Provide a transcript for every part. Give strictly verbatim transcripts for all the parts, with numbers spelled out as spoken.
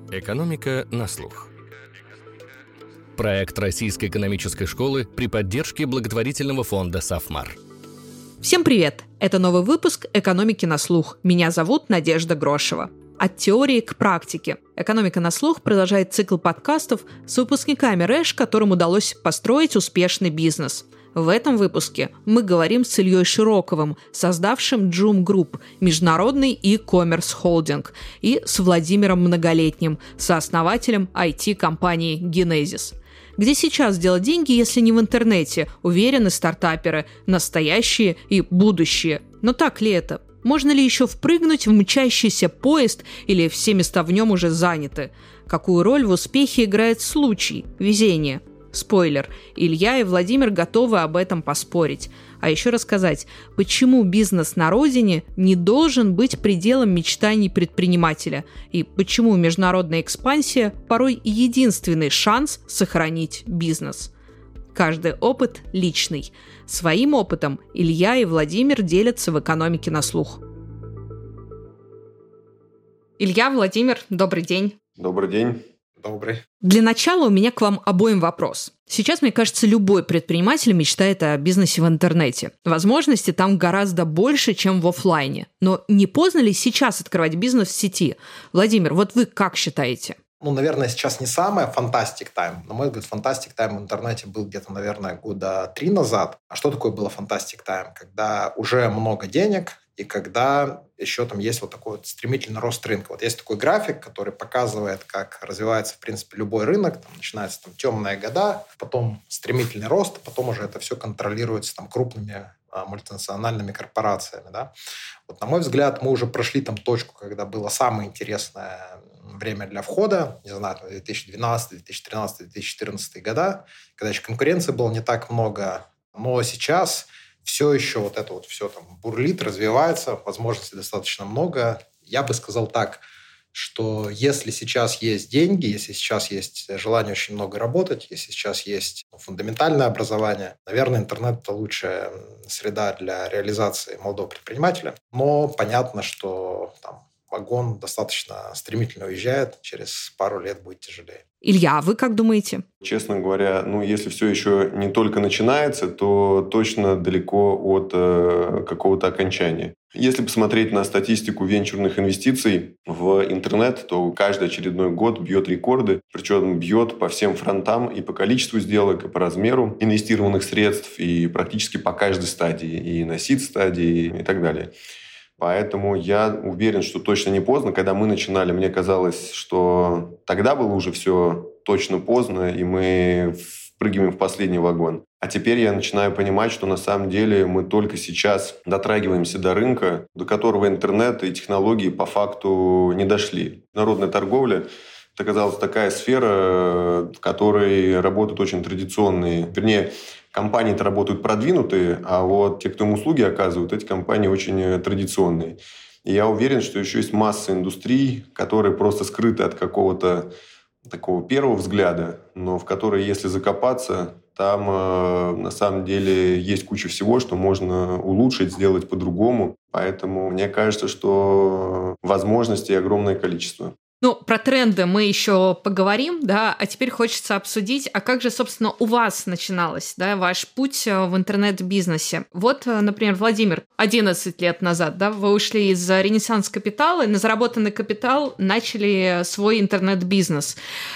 Экономика на слух. Проект Российской экономической школы при поддержке благотворительного фонда «Сафмар». Всем привет! Это новый выпуск «Экономики на слух». Меня зовут Надежда Грошева. От теории к практике. «Экономика на слух» продолжает цикл подкастов с выпускниками РЭШ, которым удалось построить успешный бизнес. В этом выпуске мы говорим с Ильей Широковым, создавшим Joom Group, международный e-commerce холдинг, и с Владимиром Многолетним, сооснователем ай ти-компании Genesis. Где сейчас делать деньги, если не в интернете, уверены стартаперы, настоящие и будущие. Но так ли это? Можно ли еще впрыгнуть в мчащийся поезд или все места в нем уже заняты? Какую роль в успехе играет случай, везение? Спойлер, Илья и Владимир готовы об этом поспорить. А еще рассказать, почему бизнес на родине не должен быть пределом мечтаний предпринимателя и почему международная экспансия порой единственный шанс сохранить бизнес. Каждый опыт личный. Своим опытом Илья и Владимир делятся в экономике на слух. Илья, Владимир, добрый день. Добрый день. Добрый. Для начала у меня к вам обоим вопрос. Сейчас, мне кажется, любой предприниматель мечтает о бизнесе в интернете. Возможности там гораздо больше, чем в офлайне. Но не поздно ли сейчас открывать бизнес в сети? Владимир, вот вы как считаете? Ну, наверное, сейчас не самое фантастик тайм. На мой взгляд, фантастик тайм в интернете был где-то, наверное, года три назад. А что такое было фантастик тайм? Когда уже много денег, и когда еще там есть вот такой вот стремительный рост рынка. Вот есть такой график, который показывает, как развивается, в принципе, любой рынок. Там начинаются там темные года, потом стремительный рост, потом уже это все контролируется там крупными а, мультинациональными корпорациями. Да? Вот, на мой взгляд, мы уже прошли там точку, когда было самое интересное время для входа, не знаю, две тысячи двенадцатый, две тысячи тринадцатый, две тысячи четырнадцатый года, когда еще конкуренции было не так много. Но сейчас все еще вот это вот все там бурлит, развивается, возможностей достаточно много. Я бы сказал так, что если сейчас есть деньги, если сейчас есть желание очень много работать, если сейчас есть фундаментальное образование, наверное, интернет – это лучшая среда для реализации молодого предпринимателя. Но понятно, что там вагон достаточно стремительно уезжает, через пару лет будет тяжелее. Илья, а вы как думаете? Честно говоря, ну, если все еще не только начинается, то точно далеко от э, какого-то окончания. Если посмотреть на статистику венчурных инвестиций в интернет, то каждый очередной год бьет рекорды, причем бьет по всем фронтам и по количеству сделок, и по размеру инвестированных средств, и практически по каждой стадии, и на сид-стадии, и так далее. Поэтому я уверен, что точно не поздно. Когда мы начинали, мне казалось, что тогда было уже все точно поздно, и мы впрыгиваем в последний вагон. А теперь я начинаю понимать, что на самом деле мы только сейчас дотрагиваемся до рынка, до которого интернет и технологии по факту не дошли. Народная торговля – это, казалось, такая сфера, в которой работают очень традиционные, вернее, компании-то работают продвинутые, а вот те, кто им услуги оказывают, эти компании очень традиционные. И я уверен, что еще есть масса индустрий, которые просто скрыты от какого-то такого первого взгляда, но в которые, если закопаться, там э, на самом деле есть куча всего, что можно улучшить, сделать по-другому. Поэтому мне кажется, что возможностей огромное количество. Ну, про тренды мы еще поговорим, да, а теперь хочется обсудить, а как же, собственно, у вас начиналось, да, ваш путь в интернет-бизнесе? Вот, например, Владимир, одиннадцать лет назад, да, вы ушли из Ренессанс Капитала, и на заработанный капитал начали свой интернет-бизнес.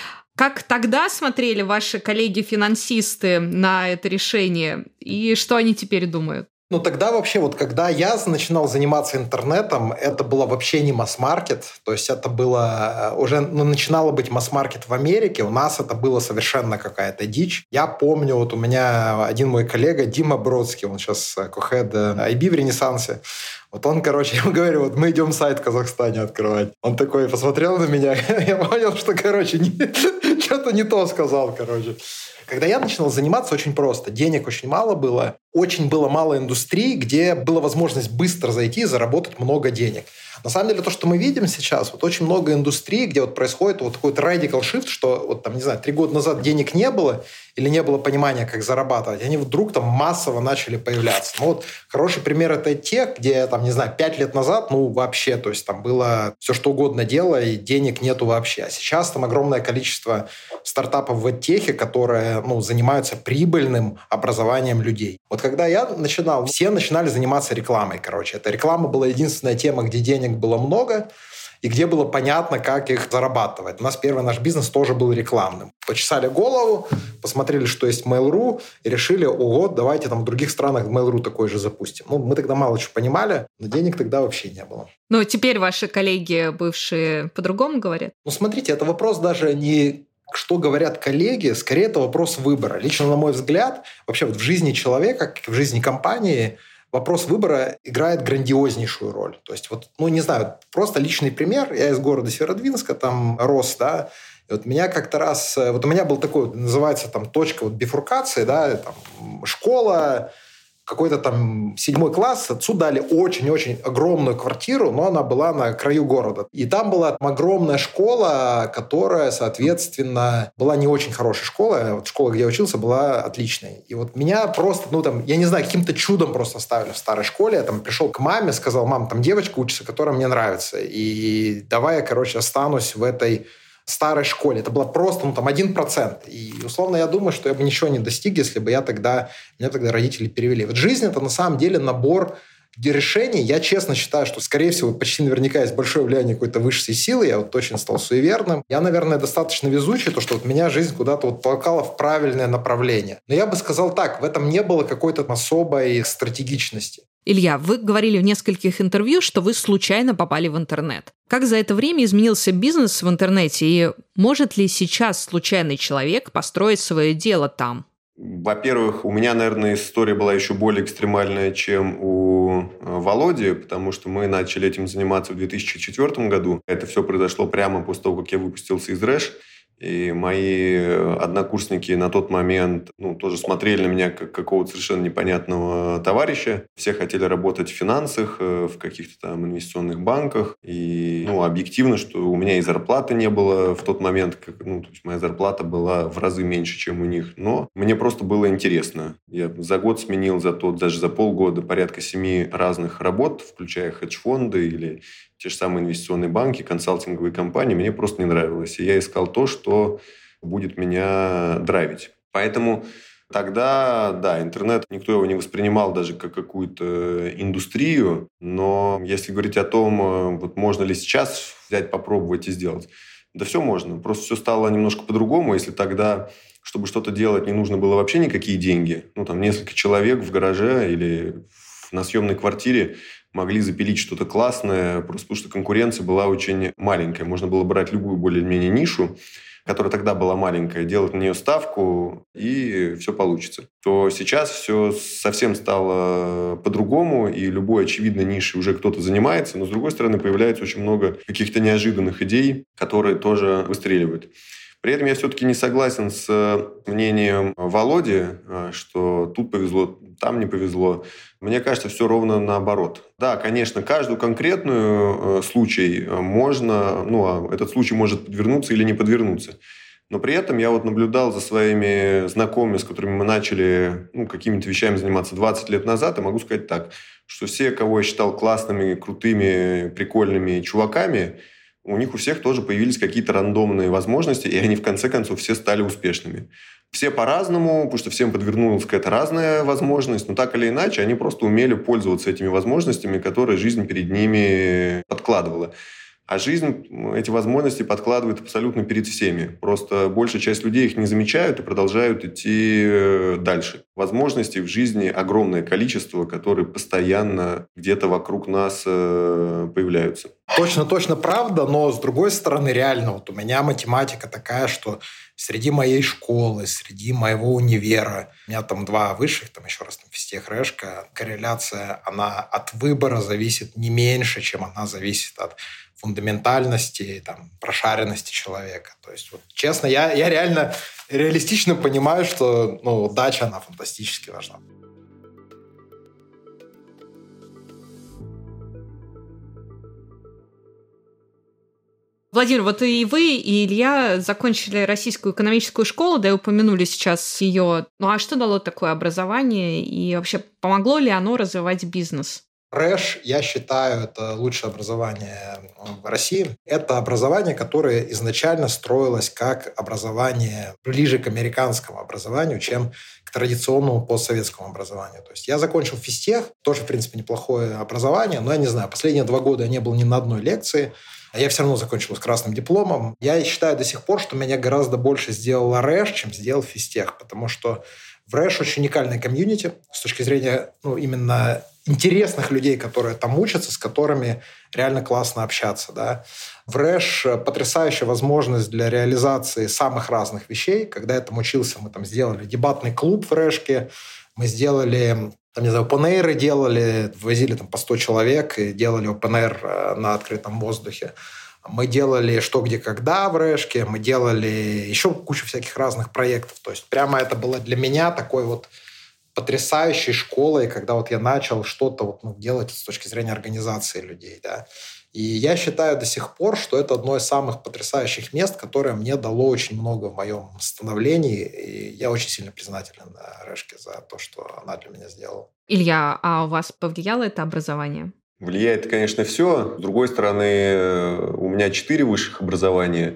Как тогда смотрели ваши коллеги-финансисты на это решение, и что они теперь думают? Ну, тогда вообще, вот когда я начинал заниматься интернетом, это было вообще не масс-маркет. То есть это было уже, ну, начинало быть масс-маркет в Америке. У нас это было совершенно какая-то дичь. Я помню, вот у меня один мой коллега, Дима Бродский, он сейчас ко-хед ай би в Ренессансе. Вот он, короче, я ему говорю, вот мы идем сайт в Казахстане открывать. Он такой посмотрел на меня, я понял, что, короче, не, что-то не то сказал, короче. Когда я начинал заниматься, очень просто. Денег очень мало было. Очень было мало индустрий, где была возможность быстро зайти и заработать много денег. На самом деле, то, что мы видим сейчас, вот очень много индустрий, где вот происходит вот такой вот radical shift, что вот там, не знаю, три года назад денег не было или не было понимания, как зарабатывать, они вдруг там массово начали появляться. Ну вот хороший пример — это тех, где там, не знаю, пять лет назад, ну вообще, то есть там было все что угодно дело, и денег нету вообще. А сейчас там огромное количество стартапов в техе, которые, ну, занимаются прибыльным образованием людей. Вот когда я начинал, все начинали заниматься рекламой, короче. Эта реклама была единственная тема, где денег было много, и где было понятно, как их зарабатывать. У нас первый наш бизнес тоже был рекламным. Почесали голову, посмотрели, что есть Mail.ru, и решили, ого, давайте там в других странах Mail.ru такой же запустим. Ну, мы тогда мало чего понимали, но денег тогда вообще не было. Ну, теперь ваши коллеги бывшие по-другому говорят? Ну, смотрите, это вопрос даже не что говорят коллеги, скорее это вопрос выбора. Лично, на мой взгляд, вообще вот в жизни человека, как и в жизни компании, вопрос выбора играет грандиознейшую роль. То есть, вот, ну, не знаю, просто личный пример. Я из города Северодвинска, там рос, да, и вот меня как-то раз... Вот у меня был такой, называется там точка вот бифуркации, да, там школа, какой-то там седьмой класс, отцу дали очень-очень огромную квартиру, но она была на краю города. И там была там огромная школа, которая, соответственно, была не очень хорошей школой. Вот школа, где я учился, была отличной. И вот меня просто, ну там, я не знаю, каким-то чудом просто оставили в старой школе. Я там пришел к маме, сказал: мам, там девочка учится, которая мне нравится. И давай я, короче, останусь в этой старой школе. Это было просто, ну, там, один процент. И, условно, я думаю, что я бы ничего не достиг, если бы я тогда, меня тогда родители перевели. Вот жизнь — это на самом деле набор решений. Я честно считаю, что, скорее всего, почти наверняка есть большое влияние какой-то высшей силы. Я вот очень стал суеверным. Я, наверное, достаточно везучий, то, что вот меня жизнь куда-то вот толкала в правильное направление. Но я бы сказал так, в этом не было какой-то особой стратегичности. Илья, вы говорили в нескольких интервью, что вы случайно попали в интернет. Как за это время изменился бизнес в интернете, и может ли сейчас случайный человек построить свое дело там? Во-первых, у меня, наверное, история была еще более экстремальная, чем у Володи, потому что мы начали этим заниматься в две тысячи четвёртом году. Это все произошло прямо после того, как я выпустился из РЭШ. И мои однокурсники на тот момент, ну, тоже смотрели на меня как какого-то совершенно непонятного товарища. Все хотели работать в финансах, в каких-то там инвестиционных банках. И, ну, объективно, что у меня и зарплаты не было в тот момент. Как, ну, то есть моя зарплата была в разы меньше, чем у них. Но мне просто было интересно. Я за год сменил, за тот, даже за полгода порядка семи разных работ, включая хедж-фонды или те же самые инвестиционные банки, консалтинговые компании. Мне просто не нравилось. И я искал то, что будет меня драйвить. Поэтому тогда, да, интернет, никто его не воспринимал даже как какую-то индустрию. Но если говорить о том, вот можно ли сейчас взять, попробовать и сделать, да все можно. Просто все стало немножко по-другому. Если тогда, чтобы что-то делать, не нужно было вообще никакие деньги, ну, там, несколько человек в гараже или на съемной квартире могли запилить что-то классное, просто потому что конкуренция была очень маленькая. Можно было брать любую более-менее нишу, которая тогда была маленькая, делать на нее ставку, и все получится. То сейчас все совсем стало по-другому, и любой очевидной нишей уже кто-то занимается, но, с другой стороны, появляется очень много каких-то неожиданных идей, которые тоже выстреливают. При этом я все-таки не согласен с мнением Володи, что тут повезло, там не повезло. Мне кажется, все ровно наоборот. Да, конечно, каждую конкретную случай можно, ну, этот случай может подвернуться или не подвернуться. Но при этом я вот наблюдал за своими знакомыми, с которыми мы начали, ну, какими-то вещами заниматься двадцать лет назад, и могу сказать так, что все, кого я считал классными, крутыми, прикольными чуваками, у них у всех тоже появились какие-то рандомные возможности, и они в конце концов все стали успешными. Все по-разному, потому что всем подвернулась какая-то разная возможность, но так или иначе они просто умели пользоваться этими возможностями, которые жизнь перед ними подкладывала. А жизнь эти возможности подкладывает абсолютно перед всеми. Просто большая часть людей их не замечают и продолжают идти дальше. Возможностей в жизни огромное количество, которые постоянно где-то вокруг нас появляются. Точно-точно правда, но с другой стороны, реально, вот у меня математика такая, что среди моей школы, среди моего универа, у меня там два высших, там еще раз там физтех, рэшка, корреляция, она от выбора зависит не меньше, чем она зависит от фундаментальности, там, прошаренности человека. То есть, вот, честно, я, я реально реалистично понимаю, что, ну, удача, она фантастически важна. Владимир, вот и вы, и Илья закончили Российскую экономическую школу, да и упомянули сейчас ее. Ну а что дало такое образование и вообще помогло ли оно развивать бизнес? РЭШ, я считаю, это лучшее образование в России. Это образование, которое изначально строилось как образование ближе к американскому образованию, чем к традиционному постсоветскому образованию. То есть я закончил физтех, тоже, в принципе, неплохое образование, но я не знаю, последние два года я не был ни на одной лекции, а я все равно закончил с красным дипломом. Я считаю до сих пор, что меня гораздо больше сделал РЭШ, чем сделал физтех, потому что в РЭШ очень уникальная комьюнити с точки зрения ну, именно интересных людей, которые там учатся, с которыми реально классно общаться. Да. В РЭШ потрясающая возможность для реализации самых разных вещей. Когда я там учился, мы там сделали дебатный клуб в РЭШке, мы сделали, там, не знаю, опен-эйры делали, возили там по сто человек и делали опен-эйр на открытом воздухе. Мы делали «Что, где, когда» в РЭШке, мы делали еще кучу всяких разных проектов. То есть прямо это было для меня такой вот потрясающей школой, когда вот я начал что-то вот, ну, делать с точки зрения организации людей. Да. И я считаю до сих пор, что это одно из самых потрясающих мест, которое мне дало очень много в моем становлении. И я очень сильно признателен РЭШке за то, что она для меня сделала. Илья, а у вас повлияло это образование? Влияет, конечно, все. С другой стороны, у меня четыре высших образования.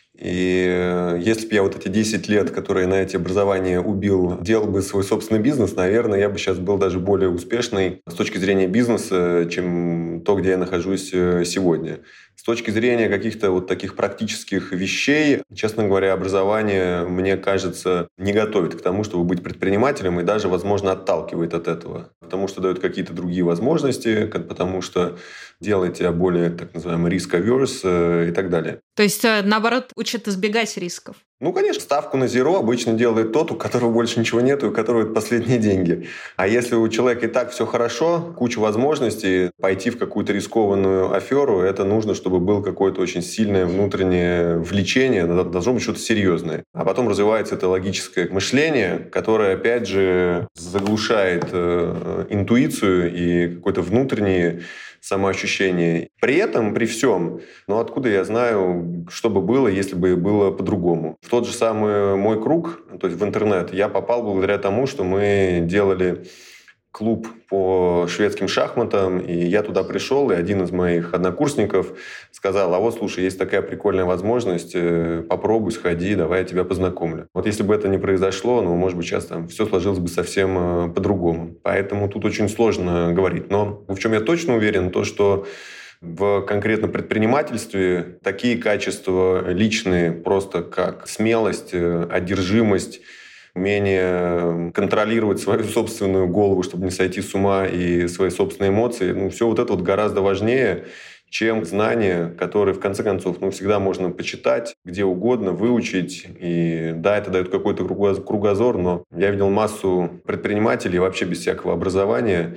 И если бы я вот эти десять лет, которые на эти образования убил, делал бы свой собственный бизнес, наверное, я бы сейчас был даже более успешный с точки зрения бизнеса, чем то, где я нахожусь сегодня. С точки зрения каких-то вот таких практических вещей, честно говоря, образование, мне кажется, не готовит к тому, чтобы быть предпринимателем и даже, возможно, отталкивает от этого. Потому что дает какие-то другие возможности, потому что делает тебя более, так называемый, risk-averse и так далее. То есть, наоборот, учат избегать рисков? Ну, конечно, ставку на зеро обычно делает тот, у которого больше ничего нет, и у которого это последние деньги. А если у человека и так все хорошо, куча возможностей, пойти в какую-то рискованную аферу, это нужно, чтобы было какое-то очень сильное внутреннее влечение, должно быть что-то серьезное. А потом развивается это логическое мышление, которое, опять же, заглушает э, интуицию и какое-то внутреннее самоощущение. При этом, при всем, ну откуда я знаю, что бы было, если бы было по-другому? В тот же самый мой круг, то есть в интернет, я попал благодаря тому, что мы делали клуб по шведским шахматам, и я туда пришел, и один из моих однокурсников сказал: а вот, слушай, есть такая прикольная возможность, попробуй, сходи, давай я тебя познакомлю. Вот если бы это не произошло, ну, может быть, сейчас там все сложилось бы совсем по-другому. Поэтому тут очень сложно говорить. Но в чем я точно уверен, то, что в конкретном предпринимательстве такие качества личные, просто как смелость, одержимость, умение контролировать свою собственную голову, чтобы не сойти с ума, и свои собственные эмоции, ну, все вот это вот гораздо важнее, чем знания, которые, в конце концов, ну, всегда можно почитать, где угодно, выучить. И да, это дает какой-то кругозор, но я видел массу предпринимателей вообще без всякого образования,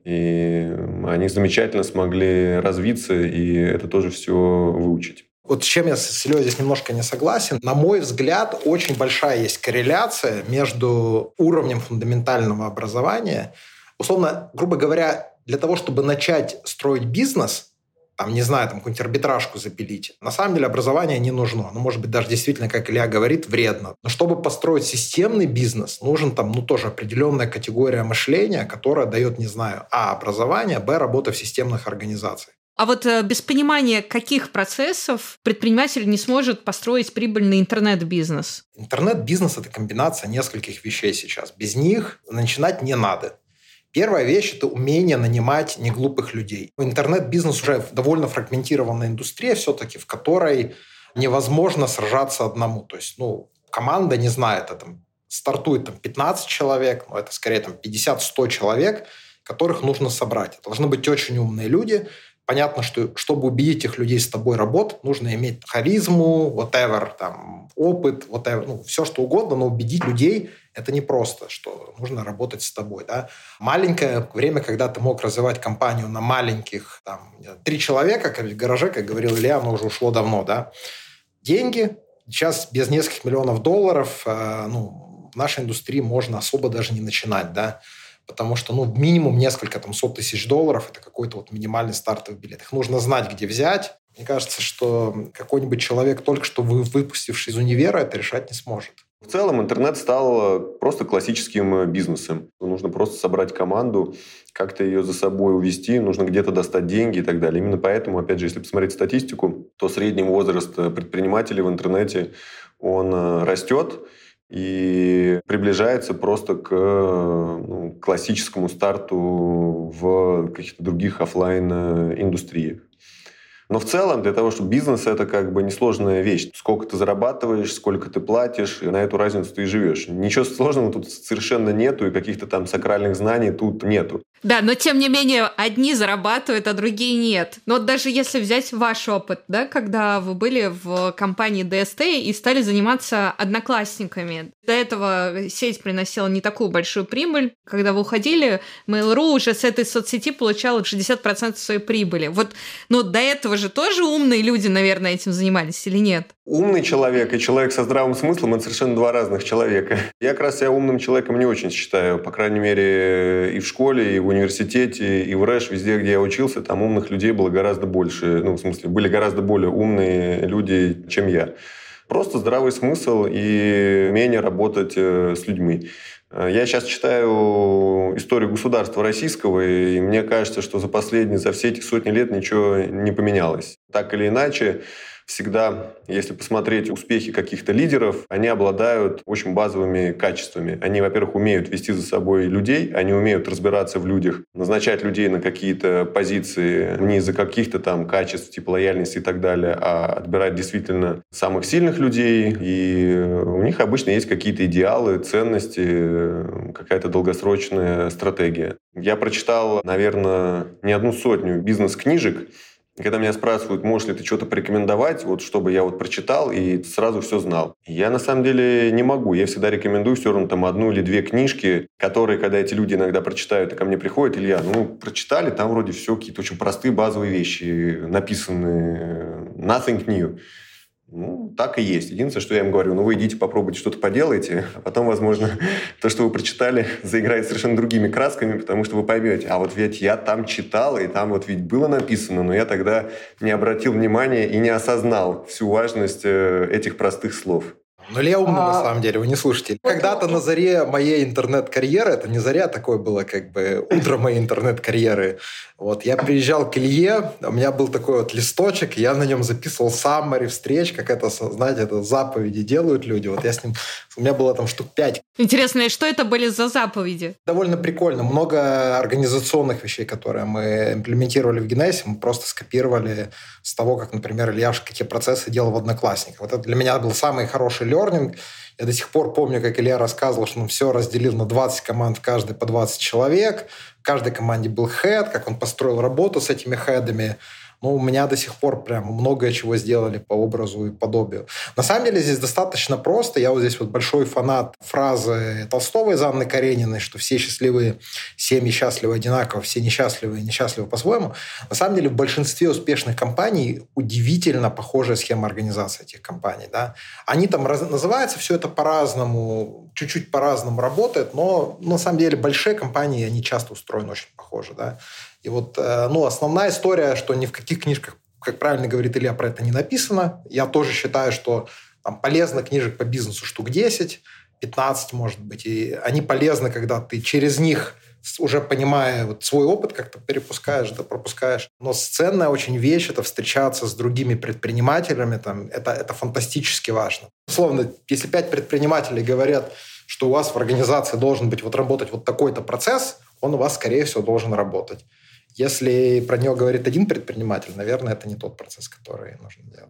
и они замечательно смогли развиться, и это тоже все выучить. Вот с чем я с Ильей здесь немножко не согласен. На мой взгляд, очень большая есть корреляция между уровнем фундаментального образования. Условно, грубо говоря, для того, чтобы начать строить бизнес, там, не знаю, там какую-нибудь арбитражку запилить, на самом деле образование не нужно. Оно может быть даже действительно, как Илья говорит, вредно. Но чтобы построить системный бизнес, нужен там, ну, тоже определенная категория мышления, которая дает, не знаю, а, образование, б, работа в системных организациях. А вот э, без понимания каких процессов предприниматель не сможет построить прибыльный интернет-бизнес? Интернет-бизнес – это комбинация нескольких вещей сейчас. Без них начинать не надо. Первая вещь – это умение нанимать неглупых людей. Интернет-бизнес уже довольно фрагментированная индустрия все-таки, в которой невозможно сражаться одному. То есть, ну, команда, не знаю, это там стартует там, пятнадцать человек, но это скорее там, пятьдесят-сто человек, которых нужно собрать. Это должны быть очень умные люди. Понятно, что чтобы убедить этих людей с тобой работать, нужно иметь харизму, whatever, там, опыт, whatever, ну, все что угодно, но убедить людей это непросто, что нужно работать с тобой. Да? Маленькое время, когда ты мог развивать компанию на маленьких, там, три человека, как в гараже, как говорил Илья, оно уже ушло давно. Да? Деньги. Сейчас без нескольких миллионов долларов э, ну, в нашей индустрии можно особо даже не начинать. Да? потому что, ну, минимум несколько там сот тысяч долларов – это какой-то вот минимальный стартовый билет. Их нужно знать, где взять. Мне кажется, что какой-нибудь человек, только что вы, выпустивший из универа, это решать не сможет. В целом интернет стал просто классическим бизнесом. Нужно просто собрать команду, как-то ее за собой увести, нужно где-то достать деньги и так далее. Именно поэтому, опять же, если посмотреть статистику, то средний возраст предпринимателей в интернете, он растет и приближается просто к ну, классическому старту в каких-то других офлайн-индустриях. Но в целом для того, чтобы бизнес – это как бы несложная вещь. Сколько ты зарабатываешь, сколько ты платишь, и на эту разницу ты и живешь. Ничего сложного тут совершенно нету, и каких-то там сакральных знаний тут нету. Да, но тем не менее, одни зарабатывают, а другие нет. Но вот даже если взять ваш опыт, да, когда вы были в компании ди эс ти и стали заниматься одноклассниками. До этого сеть приносила не такую большую прибыль. Когда вы уходили, Mail.ru уже с этой соцсети получала шестьдесят процентов своей прибыли. Вот, ну, до этого же тоже умные люди, наверное, этим занимались или нет? Умный человек и человек со здравым смыслом – это совершенно два разных человека. Я как раз себя умным человеком не очень считаю. По крайней мере, и в школе, и в университете, и в РЭШ, везде, где я учился, там умных людей было гораздо больше. Ну, в смысле, были гораздо более умные люди, чем я. Просто здравый смысл и умение работать с людьми. Я сейчас читаю историю государства российского, и мне кажется, что за последние, за все эти сотни лет ничего не поменялось. Так или иначе, всегда, если посмотреть успехи каких-то лидеров, они обладают очень базовыми качествами. Они, во-первых, умеют вести за собой людей, они умеют разбираться в людях, назначать людей на какие-то позиции не из-за каких-то там качеств, типа лояльности и так далее, а отбирать действительно самых сильных людей. И у них обычно есть какие-то идеалы, ценности, какая-то долгосрочная стратегия. Я прочитал, наверное, не одну сотню бизнес-книжек. Когда меня спрашивают, можешь ли ты что-то порекомендовать, вот чтобы я вот прочитал и сразу все знал. Я на самом деле не могу. Я всегда рекомендую все равно там одну или две книжки, которые, когда эти люди иногда прочитают и ко мне приходят, Илья, ну, прочитали, там вроде все какие-то очень простые базовые вещи написаны. Nothing new. Ну, так и есть. Единственное, что я им говорю, ну, вы идите попробуйте что-то поделайте, а потом, возможно, то, что вы прочитали, заиграет совершенно другими красками, потому что вы поймете, а вот ведь я там читал, и там вот ведь было написано, но я тогда не обратил внимания и не осознал всю важность этих простых слов. Ну, Илья умный, а... на самом деле, вы не слушайте. Когда-то на заре моей интернет-карьеры, это не заря, такое было как бы утро моей интернет-карьеры, вот, я приезжал к Илье, у меня был такой вот листочек, я на нем записывал саммари встреч, как это, знаете, это заповеди делают люди. Вот я с ним, у меня было там штук пять. Интересно, и что это были за заповеди? Довольно прикольно. Много организационных вещей, которые мы имплементировали в Генесе, мы просто скопировали с того, как, например, Илья какие процессы делал в Одноклассниках. Вот это для меня был самый хороший learning. Я до сих пор помню, как Илья рассказывал, что он все разделил на двадцать команд, в каждой по двадцать человек. В каждой команде был хед, как он построил работу с этими хедами. Ну, у меня до сих пор прям многое чего сделали по образу и подобию. На самом деле здесь достаточно просто. Я вот здесь вот большой фанат фразы Толстого из Анны Карениной, что все счастливые семьи счастливы одинаково, все несчастливые и несчастливы по-своему. На самом деле в большинстве успешных компаний удивительно похожая схема организации этих компаний. Да? Они там раз... называются все это по-разному, чуть-чуть по-разному работает, но на самом деле большие компании, они часто устроены очень похоже. Да? И вот, ну, основная история, что ни в каких книжках, как правильно говорит Илья, про это не написано. Я тоже считаю, что там полезно книжек по бизнесу штук десять, пятнадцать, может быть. И они полезны, когда ты через них, уже понимая вот свой опыт, как-то перепускаешь, да, пропускаешь. Но ценная очень вещь – это встречаться с другими предпринимателями. Там, это, это фантастически важно. Условно, если пять предпринимателей говорят, что у вас в организации должен быть вот работать вот такой-то процесс, он у вас, скорее всего, должен работать. Если про него говорит один предприниматель, наверное, это не тот процесс, который нужно делать.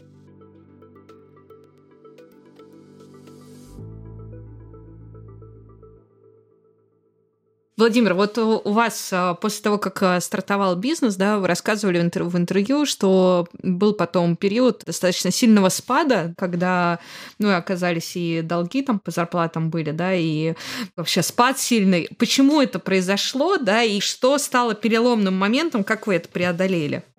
Владимир, вот у вас после того, как стартовал бизнес, да, вы рассказывали в интервью, что был потом период достаточно сильного спада, когда, ну, оказались и долги там по зарплатам были, да, и вообще спад сильный. Почему это произошло, да, и что стало переломным моментом, как вы это преодолели?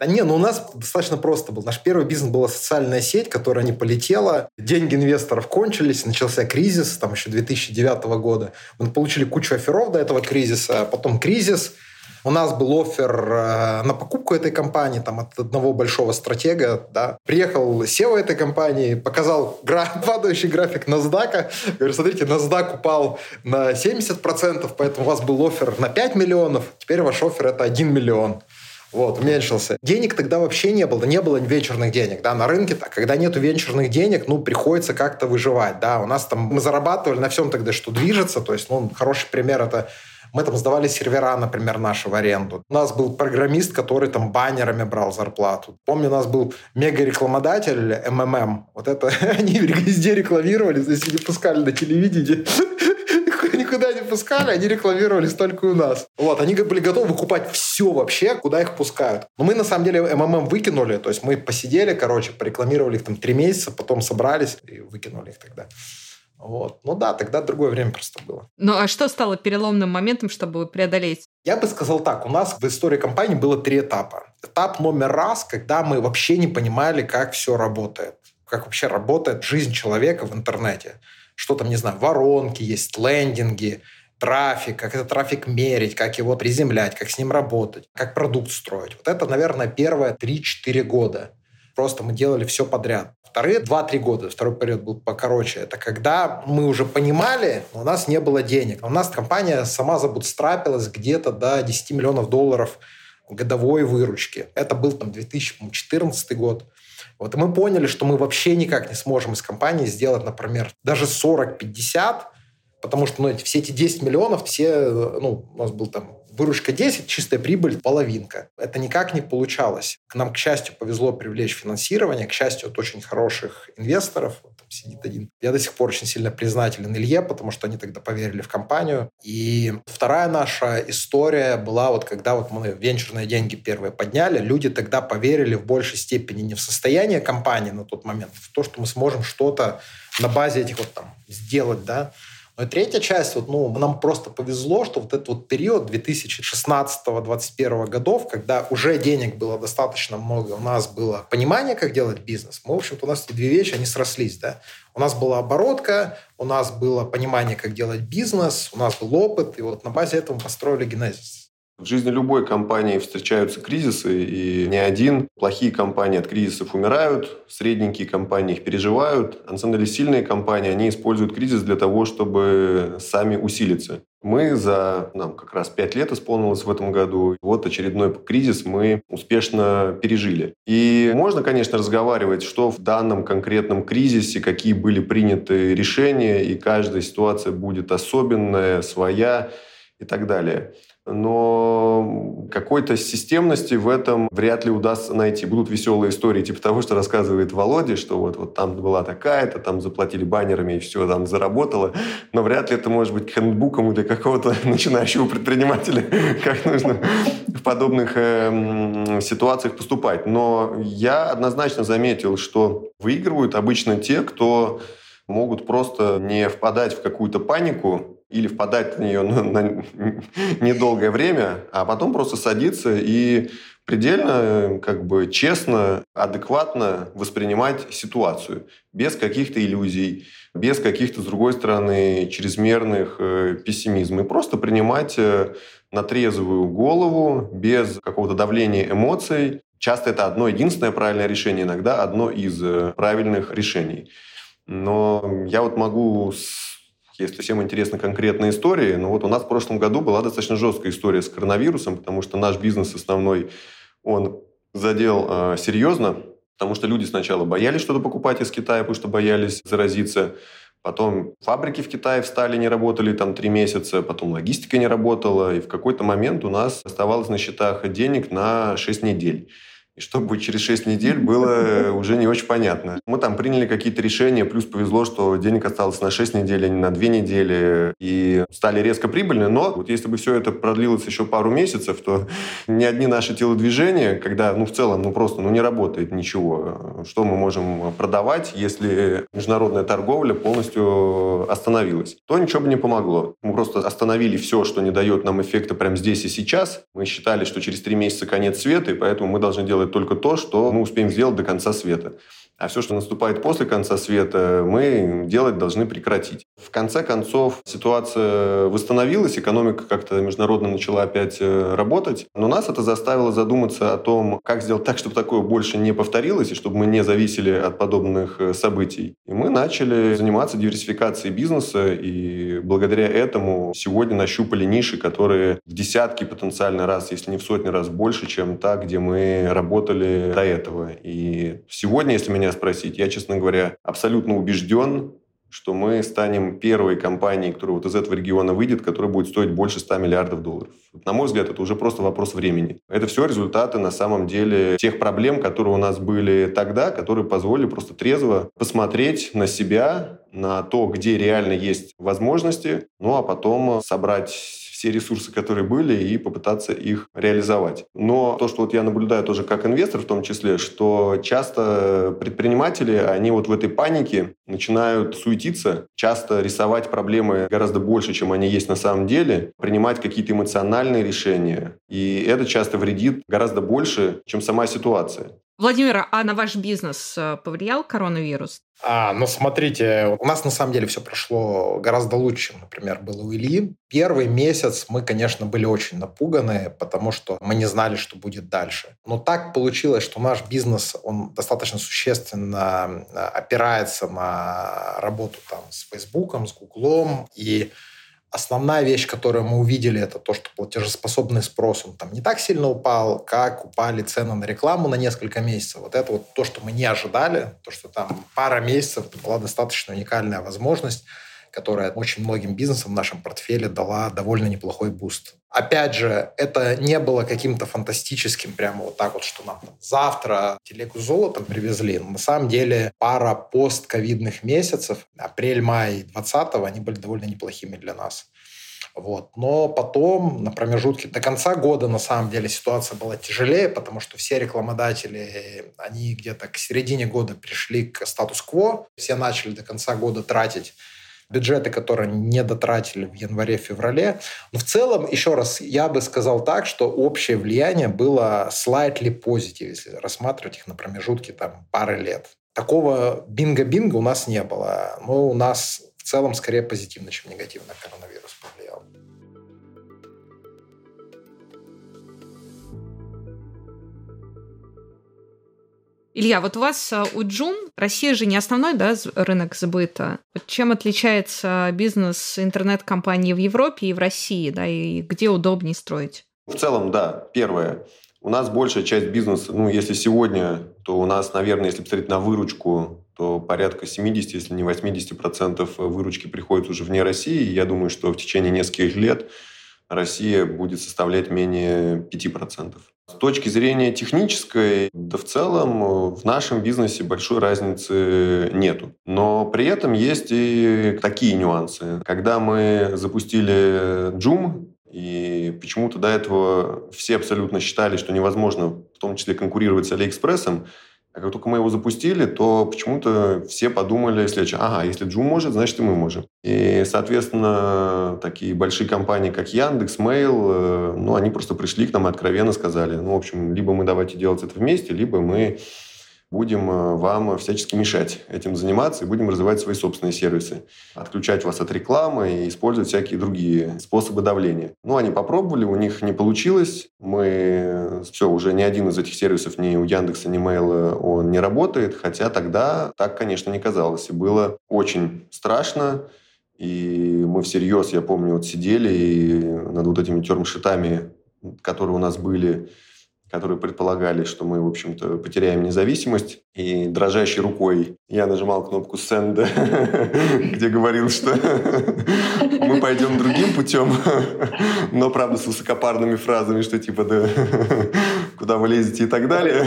Да не, ну у нас достаточно просто был. Наш первый бизнес была социальная сеть, которая не полетела. Деньги инвесторов кончились, начался кризис, там еще две тысячи девятого года. Мы получили кучу офферов до этого кризиса, потом кризис. У нас был оффер на покупку этой компании там, от одного большого стратега. Да. Приехал сео этой компании, показал гра- падающий график NASDAQ. Говорю, смотрите, NASDAQ упал на семьдесят процентов, поэтому у вас был оффер на пять миллионов, теперь ваш оффер это один миллион. Вот, уменьшился. Денег тогда вообще не было, не было венчурных денег, да, на рынке. Так, когда нету венчурных денег, ну, приходится как-то выживать, да. У нас там, мы зарабатывали на всем тогда, что движется, то есть, ну, хороший пример это мы там сдавали сервера, например, наши в аренду. У нас был программист, который там баннерами брал зарплату. Помню, у нас был мега-рекламодатель эм эм эм. Вот это они везде рекламировали, если не пускали на телевидении. Никуда не пускали, они рекламировались только у нас. Вот, они были готовы выкупать все вообще, куда их пускают. Но мы, на самом деле, эм эм эм выкинули. То есть мы посидели, короче, порекламировали их там три месяца, потом собрались и выкинули их тогда. Вот. Ну да, тогда другое время просто было. Ну а что стало переломным моментом, чтобы преодолеть? Я бы сказал так, у нас в истории компании было три этапа. Этап номер раз, когда мы вообще не понимали, как все работает. Как вообще работает жизнь человека в интернете. Что там, не знаю, воронки есть, лендинги, трафик, как этот трафик мерить, как его приземлять, как с ним работать, как продукт строить. Вот это, наверное, первые три-четыре года. Просто мы делали все подряд. Вторые два-три года, второй период был покороче, это когда мы уже понимали, но у нас не было денег. У нас компания сама забутстрапилась где-то до десять миллионов долларов годовой выручки. Это был там две тысячи четырнадцатый год. Вот, и мы поняли, что мы вообще никак не сможем из компании сделать, например, даже сорок-пятьдесят, потому что ну, эти, все эти десять миллионов, все, ну, у нас был там выручка десять, чистая прибыль половинка. Это никак не получалось. Нам, к счастью, повезло привлечь финансирование, к счастью, от очень хороших инвесторов. Вот там сидит один. Я до сих пор очень сильно признателен Илье, потому что они тогда поверили в компанию. И вторая наша история была вот когда вот мы венчурные деньги первые подняли, люди тогда поверили в большей степени не в состояние компании на тот момент, а в то, что мы сможем что-то на базе этих вот там сделать, да. Ну и третья часть, вот, ну, нам просто повезло, что вот этот вот период две тысячи шестнадцатого - двадцать первого годов, когда уже денег было достаточно много, у нас было понимание, как делать бизнес, мы, в общем-то, у нас эти две вещи, они срослись, да. У нас была оборотка, у нас было понимание, как делать бизнес, у нас был опыт, и вот на базе этого мы построили Genesis. В жизни любой компании встречаются кризисы, и не один. Плохие компании от кризисов умирают, средненькие компании их переживают. А на самом деле сильные компании, они используют кризис для того, чтобы сами усилиться. Мы за, нам как раз пять лет исполнилось в этом году. Вот очередной кризис мы успешно пережили. И можно, конечно, разговаривать, что в данном конкретном кризисе, какие были приняты решения, и каждая ситуация будет особенная, своя и так далее. Но какой-то системности в этом вряд ли удастся найти. Будут веселые истории типа того, что рассказывает Володя, что вот, вот там была такая-то, там заплатили баннерами и все там заработало. Но вряд ли это может быть хэндбуком для какого-то начинающего предпринимателя, как нужно в подобных э, ситуациях поступать. Но я однозначно заметил, что выигрывают обычно те, кто могут просто не впадать в какую-то панику, или впадать в нее на, на недолгое время, а потом просто садиться и предельно, как бы, честно, адекватно воспринимать ситуацию. Без каких-то иллюзий, без каких-то, с другой стороны, чрезмерных э, пессимизмов. И просто принимать э, на трезвую голову, без какого-то давления эмоций. Часто это одно единственное правильное решение, иногда одно из э, правильных решений. Но я вот могу... Если всем интересны конкретные истории, но вот у нас в прошлом году была достаточно жесткая история с коронавирусом, потому что наш бизнес основной, он задел э, серьезно, потому что люди сначала боялись что-то покупать из Китая, потому что боялись заразиться. Потом фабрики в Китае встали, не работали там три месяца, потом логистика не работала, и в какой-то момент у нас оставалось на счетах денег на шесть недель. И что будет через шесть недель, было уже не очень понятно. Мы там приняли какие-то решения, плюс повезло, что денег осталось на шесть недель, а не на две недели, и стали резко прибыльны. Но вот если бы все это продлилось еще пару месяцев, то ни одни наши телодвижения, когда, ну, в целом, ну, просто, ну, не работает ничего. Что мы можем продавать, если международная торговля полностью остановилась? То ничего бы не помогло. Мы просто остановили все, что не дает нам эффекта прямо здесь и сейчас. Мы считали, что через три месяца конец света, и поэтому мы должны делать делать только то, что мы успеем сделать до конца света. А все, что наступает после конца света, мы делать должны прекратить. В конце концов, ситуация восстановилась, экономика как-то международно начала опять работать. Но нас это заставило задуматься о том, как сделать так, чтобы такое больше не повторилось, и чтобы мы не зависели от подобных событий. И мы начали заниматься диверсификацией бизнеса, и благодаря этому сегодня нащупали ниши, которые в десятки потенциально раз, если не в сотни раз больше, чем та, где мы работали до этого. И сегодня, если меня спросить, я, честно говоря, абсолютно убежден, что мы станем первой компанией, которая вот из этого региона выйдет, которая будет стоить больше ста миллиардов долларов. На мой взгляд, это уже просто вопрос времени. Это все результаты, на самом деле, тех проблем, которые у нас были тогда, которые позволили просто трезво посмотреть на себя, на то, где реально есть возможности, ну а потом собрать все ресурсы, которые были, и попытаться их реализовать. Но то, что вот я наблюдаю тоже как инвестор в том числе, что часто предприниматели, они вот в этой панике начинают суетиться, часто рисовать проблемы гораздо больше, чем они есть на самом деле, принимать какие-то эмоциональные решения. И это часто вредит гораздо больше, чем сама ситуация. Владимир, а на ваш бизнес повлиял коронавирус? А, ну, смотрите, у нас на самом деле все прошло гораздо лучше, чем, например, было у Ильи. Первый месяц мы, конечно, были очень напуганы, потому что мы не знали, что будет дальше. Но так получилось, что наш бизнес, он достаточно существенно опирается на работу там, с Фейсбуком, с Гуглом, и основная вещь, которую мы увидели, это то, что платежеспособный спрос, он там не так сильно упал, как упали цены на рекламу на несколько месяцев. Вот это вот то, что мы не ожидали, то, что там пара месяцев, это была достаточно уникальная возможность, которая очень многим бизнесам в нашем портфеле дала довольно неплохой буст. Опять же, это не было каким-то фантастическим, прямо вот так вот, что нам там завтра телегу с золотом привезли. Но на самом деле пара постковидных месяцев, апрель-май двадцатого, они были довольно неплохими для нас. Вот. Но потом, на промежутке до конца года, на самом деле, ситуация была тяжелее, потому что все рекламодатели, они где-то к середине года пришли к статус-кво. Все начали до конца года тратить бюджеты, которые не дотратили в январе-феврале. Но в целом, еще раз, я бы сказал так, что общее влияние было slightly positive, если рассматривать их на промежутке там, пары лет. Такого бинго-бинго у нас не было. Но у нас в целом скорее позитивно, чем негативно коронавирус повлиял. Илья, вот у вас у Джум, Россия же не основной, да, рынок сбыта. Чем отличается бизнес интернет-компании в Европе и в России, да, и где удобнее строить? В целом, да. Первое. У нас большая часть бизнеса, ну, если сегодня, то у нас, наверное, если посмотреть на выручку, то порядка семьдесят, если не восемьдесят процентов выручки приходит уже вне России. И я думаю, что в течение нескольких лет Россия будет составлять менее пяти процентов. С точки зрения технической, да в целом в нашем бизнесе большой разницы нету. Но при этом есть и такие нюансы. Когда мы запустили Joom, и почему-то до этого все абсолютно считали, что невозможно в том числе конкурировать с Алиэкспрессом, а как только мы его запустили, то почему-то все подумали следующее. Ага, если Joom может, значит и мы можем. И, соответственно, такие большие компании, как Яндекс, Mail, ну, они просто пришли к нам и откровенно сказали, ну, в общем, либо мы давайте делать это вместе, либо мы будем вам всячески мешать этим заниматься и будем развивать свои собственные сервисы. Отключать вас от рекламы и использовать всякие другие способы давления. Ну, они попробовали, у них не получилось. Мы... Все, уже ни один из этих сервисов, ни у Яндекса, ни Мейла, он не работает. Хотя тогда так, конечно, не казалось. И было очень страшно. И мы всерьез, я помню, вот сидели и над вот этими термшитами, которые у нас были, которые предполагали, что мы, в общем-то, потеряем независимость. И дрожащей рукой я нажимал кнопку «Send», где говорил, что мы пойдем другим путем, но, правда, с высокопарными фразами, что типа «да куда вы лезете» и так далее.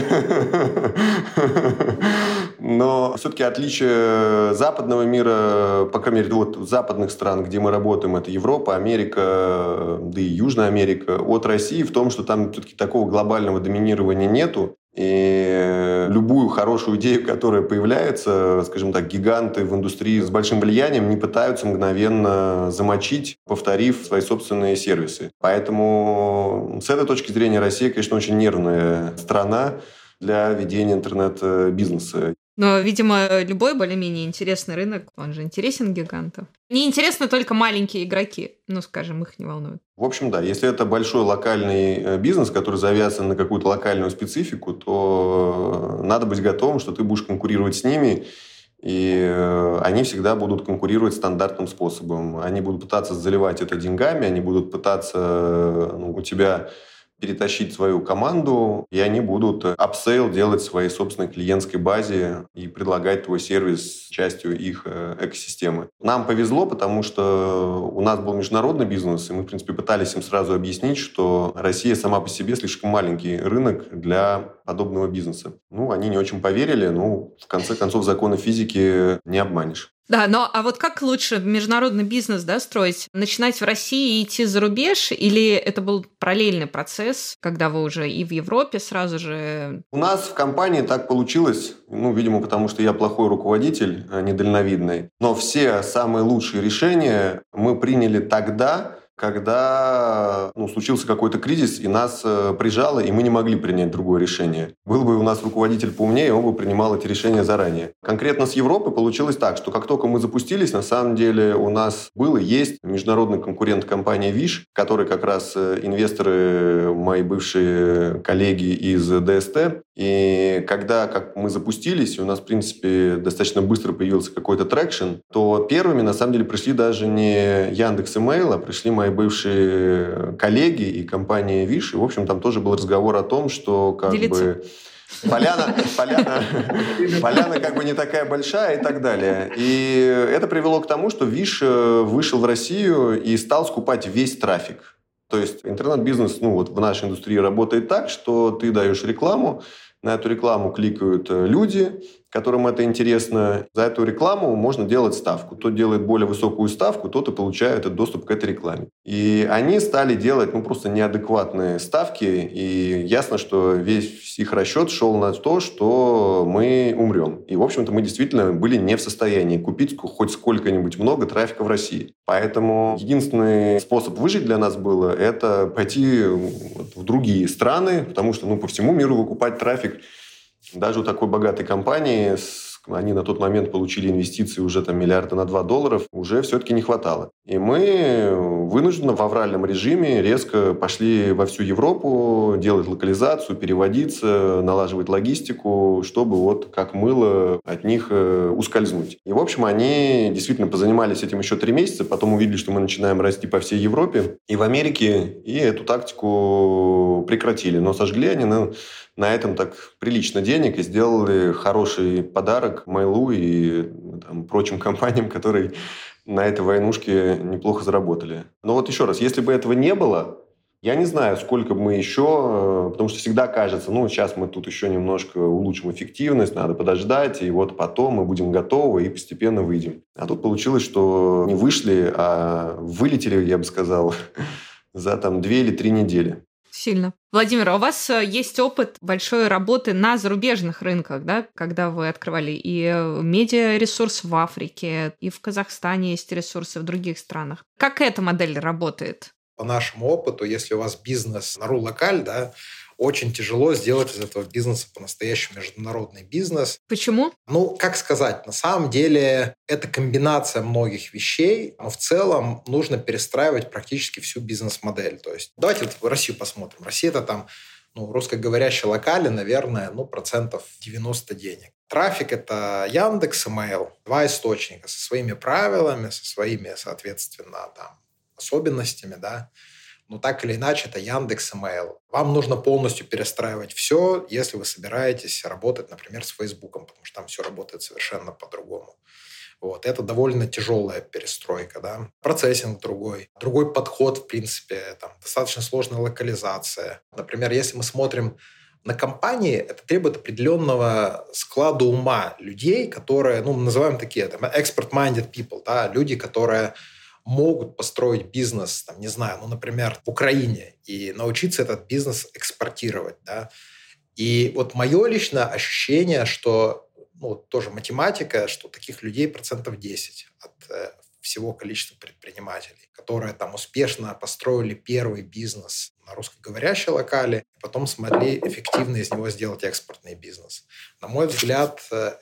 Но все-таки отличие западного мира, по крайней мере, вот западных стран, где мы работаем, это Европа, Америка, да и Южная Америка, от России в том, что там все-таки такого глобального доминирования нету. И любую хорошую идею, которая появляется, скажем так, гиганты в индустрии с большим влиянием не пытаются мгновенно замочить, повторив свои собственные сервисы. Поэтому с этой точки зрения Россия, конечно, очень нервная страна. для ведения интернет-бизнеса. Но, видимо, любой более-менее интересный рынок, он же интересен гигантам. Не интересны только маленькие игроки, ну, скажем, их не волнует. В общем, да, если это большой локальный бизнес, который завязан на какую-то локальную специфику, то надо быть готовым, что ты будешь конкурировать с ними, и они всегда будут конкурировать стандартным способом. Они будут пытаться заливать это деньгами, они будут пытаться ну, у тебя перетащить свою команду, и они будут апсейл делать в своей собственной клиентской базе и предлагать твой сервис частью их экосистемы. Нам повезло, потому что у нас был международный бизнес, и мы, в принципе, пытались им сразу объяснить, что Россия сама по себе слишком маленький рынок для подобного бизнеса. Ну, они не очень поверили, ну, в конце концов, законы физики не обманешь. Да, но а вот как лучше международный бизнес, да, строить? Начинать в России и идти за рубеж? Или это был параллельный процесс, когда вы уже и в Европе сразу же... У нас в компании так получилось, ну, видимо, потому что я плохой руководитель, недальновидный. Но все самые лучшие решения мы приняли тогда, когда ну, случился какой-то кризис, и нас э, прижало, и мы не могли принять другое решение. Был бы у нас руководитель поумнее, он бы принимал эти решения заранее. Конкретно с Европой получилось так, что как только мы запустились, на самом деле у нас был и есть международный конкурент компании Wish, который как раз э, инвесторы, мои бывшие коллеги из ди эс ти. И когда как мы запустились, и у нас, в принципе, достаточно быстро появился какой-то трекшн, то первыми, на самом деле, пришли даже не Яндекс.Имейл, а пришли мои бывшие коллеги и компания Wish. И, в общем, там тоже был разговор о том, что как Делиться. бы... Поляна, поляна, поляна как бы не такая большая и так далее. И это привело к тому, что Wish вышел в Россию и стал скупать весь трафик. То есть интернет-бизнес ну, вот в нашей индустрии работает так, что ты даешь рекламу, на эту рекламу кликают люди, которым это интересно. За эту рекламу можно делать ставку. Кто делает более высокую ставку, тот и получает этот доступ к этой рекламе. И они стали делать ну, просто неадекватные ставки. И ясно, что весь их расчет шел на то, что мы умрем. И, в общем-то, мы действительно были не в состоянии купить хоть сколько-нибудь много трафика в России. Поэтому единственный способ выжить для нас было это пойти в другие страны, потому что ну, по всему миру выкупать трафик даже у такой богатой компании, они на тот момент получили инвестиции уже там миллиарда на два долларов, уже все-таки не хватало. И мы вынужденно в авральном режиме резко пошли во всю Европу делать локализацию, переводиться, налаживать логистику, чтобы вот как мыло от них ускользнуть. И, в общем, они действительно позанимались этим еще три месяца, потом увидели, что мы начинаем расти по всей Европе и в Америке, и эту тактику прекратили. Но сожгли они на, на этом так прилично денег и сделали хороший подарок Mail.ru и там, прочим компаниям, которые на этой войнушке неплохо заработали. Но вот еще раз, если бы этого не было, я не знаю, сколько бы мы еще, потому что всегда кажется, ну, сейчас мы тут еще немножко улучшим эффективность, надо подождать, и вот потом мы будем готовы и постепенно выйдем. А тут получилось, что не вышли, а вылетели, я бы сказал, за там две или три недели. Сильно. Владимир, а у вас есть опыт большой работы на зарубежных рынках, да, когда вы открывали и медиаресурс в Африке, и в Казахстане есть ресурсы в других странах. Как эта модель работает? По нашему опыту, если у вас бизнес на ру-локаль, да, очень тяжело сделать из этого бизнеса по-настоящему международный бизнес. Почему? Ну, как сказать, на самом деле это комбинация многих вещей, но в целом нужно перестраивать практически всю бизнес-модель. То есть давайте вот в Россию посмотрим. Россия – это там ну, русскоговорящие локали, наверное, ну, процентов девяносто денег. Трафик – это Яндекс.Имейл, два источника со своими правилами, со своими, соответственно, там, особенностями, да. Но так или иначе, это Яндекс.Имейл. Вам нужно полностью перестраивать все, если вы собираетесь работать, например, с Фейсбуком, потому что там все работает совершенно по-другому. Вот. Это довольно тяжелая перестройка. Да? Процессинг другой. Другой подход, в принципе. Там, достаточно сложная локализация. Например, если мы смотрим на компании, это требует определенного склада ума людей, которые, ну, мы называем такие, там, expert-minded people, да? Люди, которые могут построить бизнес, там, не знаю, ну, например, в Украине и научиться этот бизнес экспортировать, да. И вот мое личное ощущение, что, ну, тоже математика, что таких людей процентов десять от э, всего количества предпринимателей, которые там успешно построили первый бизнес на русскоговорящей локале, и потом смогли эффективно из него сделать экспортный бизнес. На мой взгляд,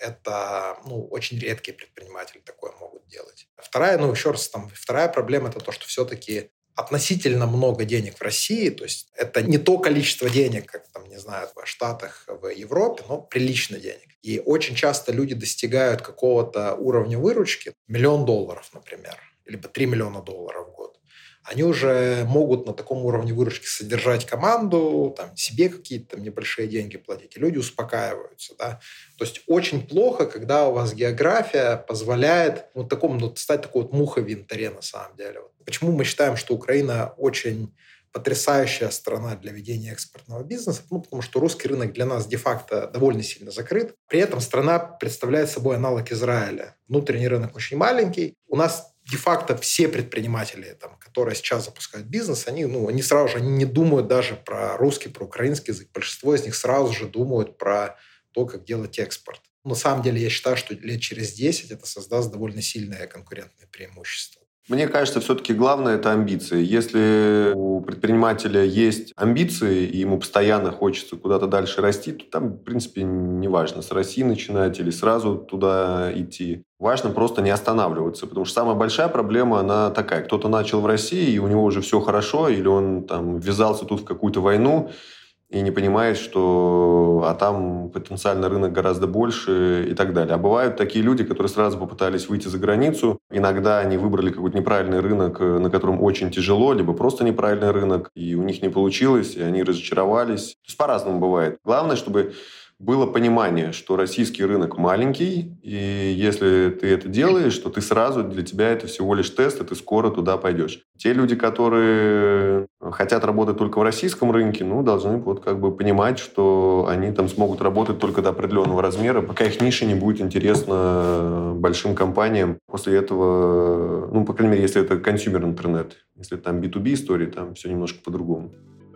это ну, очень редкие предприниматели такое могут делать. Вторая, ну еще раз, там, вторая проблема – это то, что все-таки относительно много денег в России, то есть это не то количество денег, как там, не знаю, в Штатах, в Европе, но прилично денег. И очень часто люди достигают какого-то уровня выручки, миллион долларов, например, либо три миллиона долларов в год. Они уже могут на таком уровне выручки содержать команду, там, себе какие-то там, небольшие деньги платить, и люди успокаиваются. Да? То есть очень плохо, когда у вас география позволяет вот такому, ну, стать такой вот мухой в янтаре на самом деле. Почему мы считаем, что Украина очень потрясающая страна для ведения экспортного бизнеса? Ну, потому что русский рынок для нас де-факто довольно сильно закрыт. При этом страна представляет собой аналог Израиля. Внутренний рынок очень маленький. У нас де-факто все предприниматели, там, которые сейчас запускают бизнес, они, ну, они сразу же они не думают даже про русский, про украинский язык. Большинство из них сразу же думают про то, как делать экспорт. На самом деле, я считаю, что лет через десять это создаст довольно сильное конкурентное преимущество. Мне кажется, все-таки главное – это амбиции. Если у предпринимателя есть амбиции, и ему постоянно хочется куда-то дальше расти, то там, в принципе, не важно, с России начинать или сразу туда идти. Важно просто не останавливаться, потому что самая большая проблема, она такая. Кто-то начал в России, и у него уже все хорошо, или он там ввязался тут в какую-то войну, и не понимает, что а там потенциально рынок гораздо больше и так далее. А бывают такие люди, которые сразу попытались выйти за границу. Иногда они выбрали какой-то неправильный рынок, на котором очень тяжело, либо просто неправильный рынок, и у них не получилось, и они разочаровались. То есть по-разному бывает. Главное, чтобы было понимание, что российский рынок маленький, и если ты это делаешь, то ты сразу, для тебя это всего лишь тест, и ты скоро туда пойдешь. Те люди, которые хотят работать только в российском рынке, ну, должны вот как бы понимать, что они там смогут работать только до определенного размера, пока их ниша не будет интересна большим компаниям. После этого, ну, по крайней мере, если это консюмер-интернет, если там би ту би истории, там все немножко по-другому.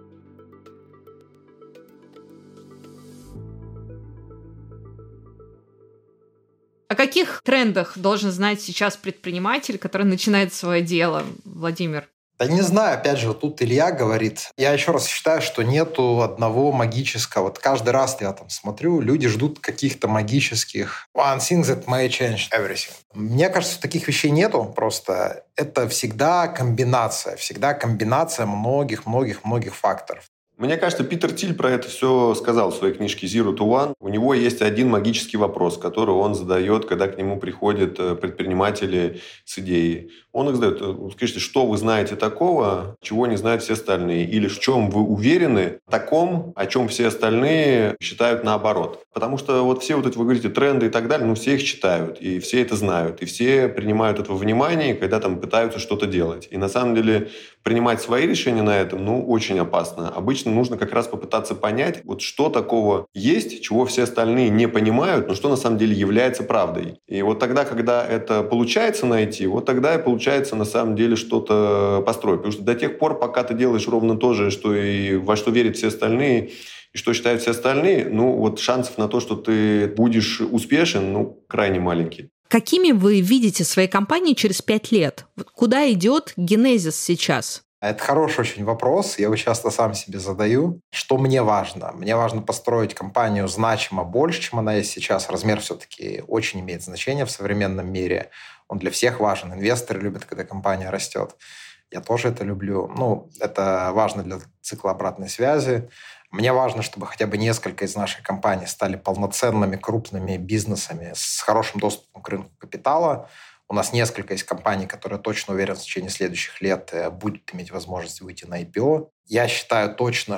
О каких трендах должен знать сейчас предприниматель, который начинает свое дело, Владимир? Да не знаю, опять же, вот тут Илья говорит. Я еще раз считаю, что нету одного магического. Вот каждый раз я там смотрю, люди ждут каких-то магических one thing that may change everything. Мне кажется, таких вещей нету. Просто это всегда комбинация. Всегда комбинация многих-многих-многих факторов. Мне кажется, Питер Тиль про это все сказал в своей книжке Zero to One. У него есть один магический вопрос, который он задает, когда к нему приходят предприниматели с идеей. Он их задает: скажите, что вы знаете такого, чего не знают все остальные? Или в чем вы уверены, таком, о чем все остальные считают наоборот? Потому что вот все вот эти, вы говорите, тренды и так далее, ну, все их читают, и все это знают, и все принимают это во внимание, когда там пытаются что-то делать. И на самом деле принимать свои решения на этом, ну, очень опасно. Обычно нужно как раз попытаться понять, вот что такого есть, чего все остальные не понимают, но что на самом деле является правдой. И вот тогда, когда это получается найти, вот тогда и получается на самом деле что-то построить. Потому что до тех пор, пока ты делаешь ровно то же, что и во что верят все остальные, и что считают все остальные, ну, вот шансов на то, что ты будешь успешен, ну, крайне маленькие. Какими вы видите свои компании через пять лет? Куда идет Генезис сейчас? Это хороший очень вопрос. Я его часто сам себе задаю. Что мне важно? Мне важно построить компанию значимо больше, чем она есть сейчас. Размер все-таки очень имеет значение в современном мире. Он для всех важен. Инвесторы любят, когда компания растет. Я тоже это люблю. Ну, это важно для цикла обратной связи. Мне важно, чтобы хотя бы несколько из нашей компаний стали полноценными крупными бизнесами с хорошим доступом к рынку капитала. У нас несколько есть компаний, которые точно уверен, в течение следующих лет будут иметь возможность выйти на ай пи о. Я считаю точно,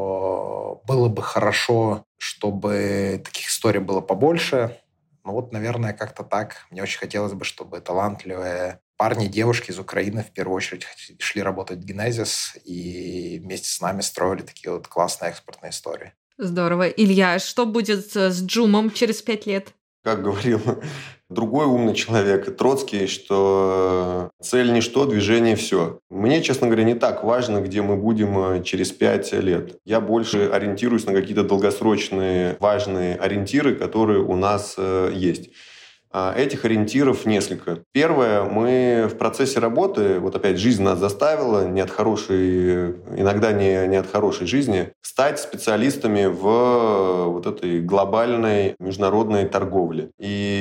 что было бы хорошо, чтобы таких историй было побольше. Ну вот, наверное, как-то так. Мне очень хотелось бы, чтобы талантливые парни и девушки из Украины в первую очередь шли работать в Генезис и вместе с нами строили такие вот классные экспортные истории. Здорово. Илья, что будет с Джумом через пять лет? Как говорил другой умный человек, Троцкий, что цель ничто, движение все. Мне, честно говоря, не так важно, где мы будем через пять лет. Я больше ориентируюсь на какие-то долгосрочные важные ориентиры, которые у нас есть. Этих ориентиров несколько. Первое, мы в процессе работы, вот опять жизнь нас заставила, не от хорошей, иногда не, не от хорошей жизни, стать специалистами в вот этой глобальной международной торговле.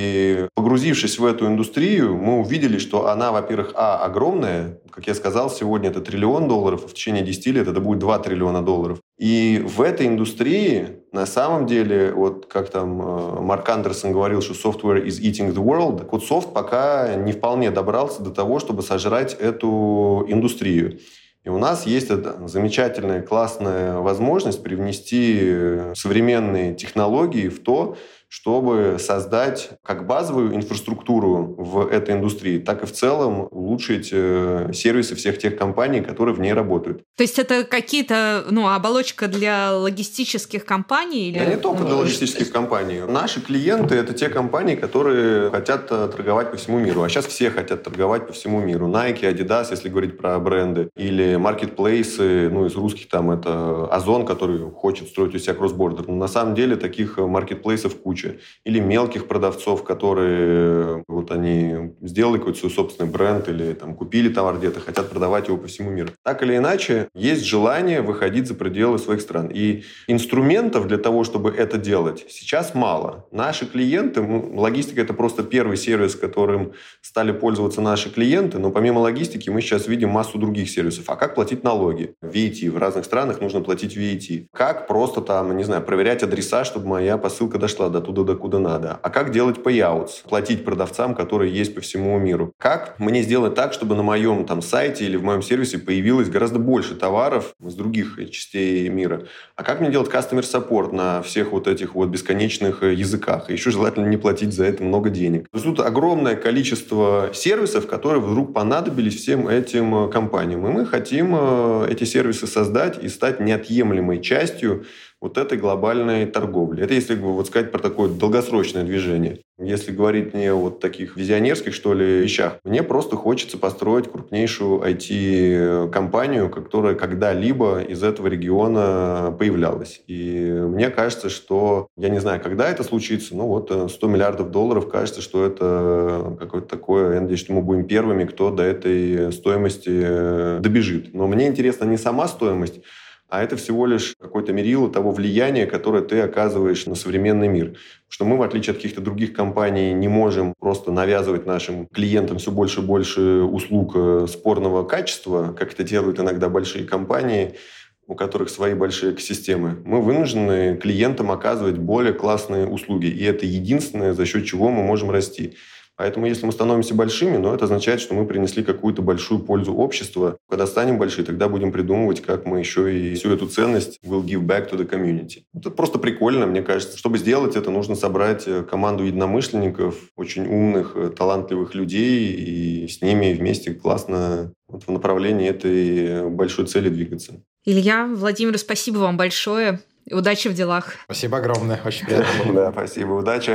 И погрузившись в эту индустрию, мы увидели, что она, во-первых, а, огромная, как я сказал, сегодня это триллион долларов, а в течение десяти лет это будет два триллиона долларов. И в этой индустрии на самом деле, вот как там Марк Андерсон говорил, что software is eating the world, так вот софт пока не вполне добрался до того, чтобы сожрать эту индустрию. И у нас есть эта замечательная, классная возможность привнести современные технологии в то, чтобы создать как базовую инфраструктуру в этой индустрии, так и в целом улучшить сервисы всех тех компаний, которые в ней работают. То есть это какие-то, ну, оболочка для логистических компаний? Или... Да не только для логистических компаний. Наши клиенты – это те компании, которые хотят торговать по всему миру. А сейчас все хотят торговать по всему миру. Nike, Adidas, если говорить про бренды, или маркетплейсы, ну, из русских там это Озон, который хочет строить у себя кросс-бордер. Но на самом деле таких маркетплейсов куча. Или мелких продавцов, которые вот они сделали какой-то свой собственный бренд или там, купили товар где-то, хотят продавать его по всему миру. Так или иначе, есть желание выходить за пределы своих стран. И инструментов для того, чтобы это делать, сейчас мало. Наши клиенты, логистика – это просто первый сервис, которым стали пользоваться наши клиенты, но помимо логистики мы сейчас видим массу других сервисов. А как платить налоги? ви эй ти. В разных странах нужно платить ви эй ти. Как просто там, не знаю, проверять адреса, чтобы моя посылка дошла до туда, докуда надо. А как делать payouts? Платить продавцам, которые есть по всему миру. Как мне сделать так, чтобы на моем там сайте или в моем сервисе появилось гораздо больше товаров из других частей мира? А как мне делать customer support на всех вот этих вот бесконечных языках? И еще желательно не платить за это много денег. То есть тут огромное количество сервисов, которые вдруг понадобились всем этим компаниям. И мы хотим эти сервисы создать и стать неотъемлемой частью вот этой глобальной торговли. Это если вот сказать про такое долгосрочное движение. Если говорить не о вот таких визионерских, что ли, вещах, мне просто хочется построить крупнейшую ай ти-компанию, которая когда-либо из этого региона появлялась. И мне кажется, что, я не знаю, когда это случится, но вот сто миллиардов долларов, кажется, что это какое-то такое, я надеюсь, что мы будем первыми, кто до этой стоимости добежит. Но мне интересна не сама стоимость, а это всего лишь какое-то мерило того влияния, которое ты оказываешь на современный мир. Потому что мы, в отличие от каких-то других компаний, не можем просто навязывать нашим клиентам все больше и больше услуг спорного качества, как это делают иногда большие компании, у которых свои большие экосистемы. Мы вынуждены клиентам оказывать более классные услуги. И это единственное, за счет чего мы можем расти. Поэтому если мы становимся большими, ну, это означает, что мы принесли какую-то большую пользу обществу. Когда станем большие, тогда будем придумывать, как мы еще и всю эту ценность will give back to the community. Это просто прикольно, мне кажется. Чтобы сделать это, нужно собрать команду единомышленников, очень умных, талантливых людей, и с ними вместе классно вот в направлении этой большой цели двигаться. Илья, Владимир, спасибо вам большое. И удачи в делах. Спасибо огромное, очень приятно. Да, спасибо, удачи.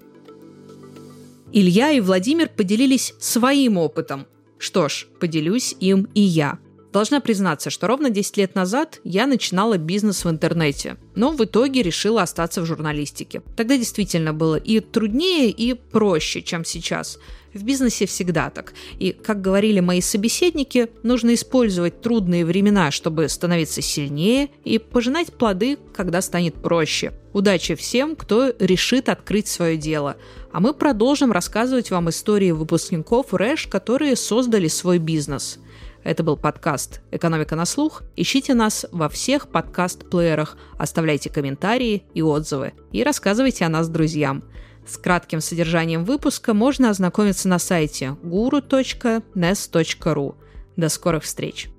Илья и Владимир поделились своим опытом. Что ж, поделюсь им и я. Должна признаться, что ровно десять лет назад я начинала бизнес в интернете, но в итоге решила остаться в журналистике. Тогда действительно было и труднее, и проще, чем сейчас. В бизнесе всегда так. И, как говорили мои собеседники, нужно использовать трудные времена, чтобы становиться сильнее и пожинать плоды, когда станет проще. Удачи всем, кто решит открыть свое дело. А мы продолжим рассказывать вам истории выпускников РЭШ, которые создали свой бизнес. Это был подкаст «Экономика на слух». Ищите нас во всех подкаст-плеерах, оставляйте комментарии и отзывы. И рассказывайте о нас друзьям. С кратким содержанием выпуска можно ознакомиться на сайте guru точка nes точка ru. До скорых встреч!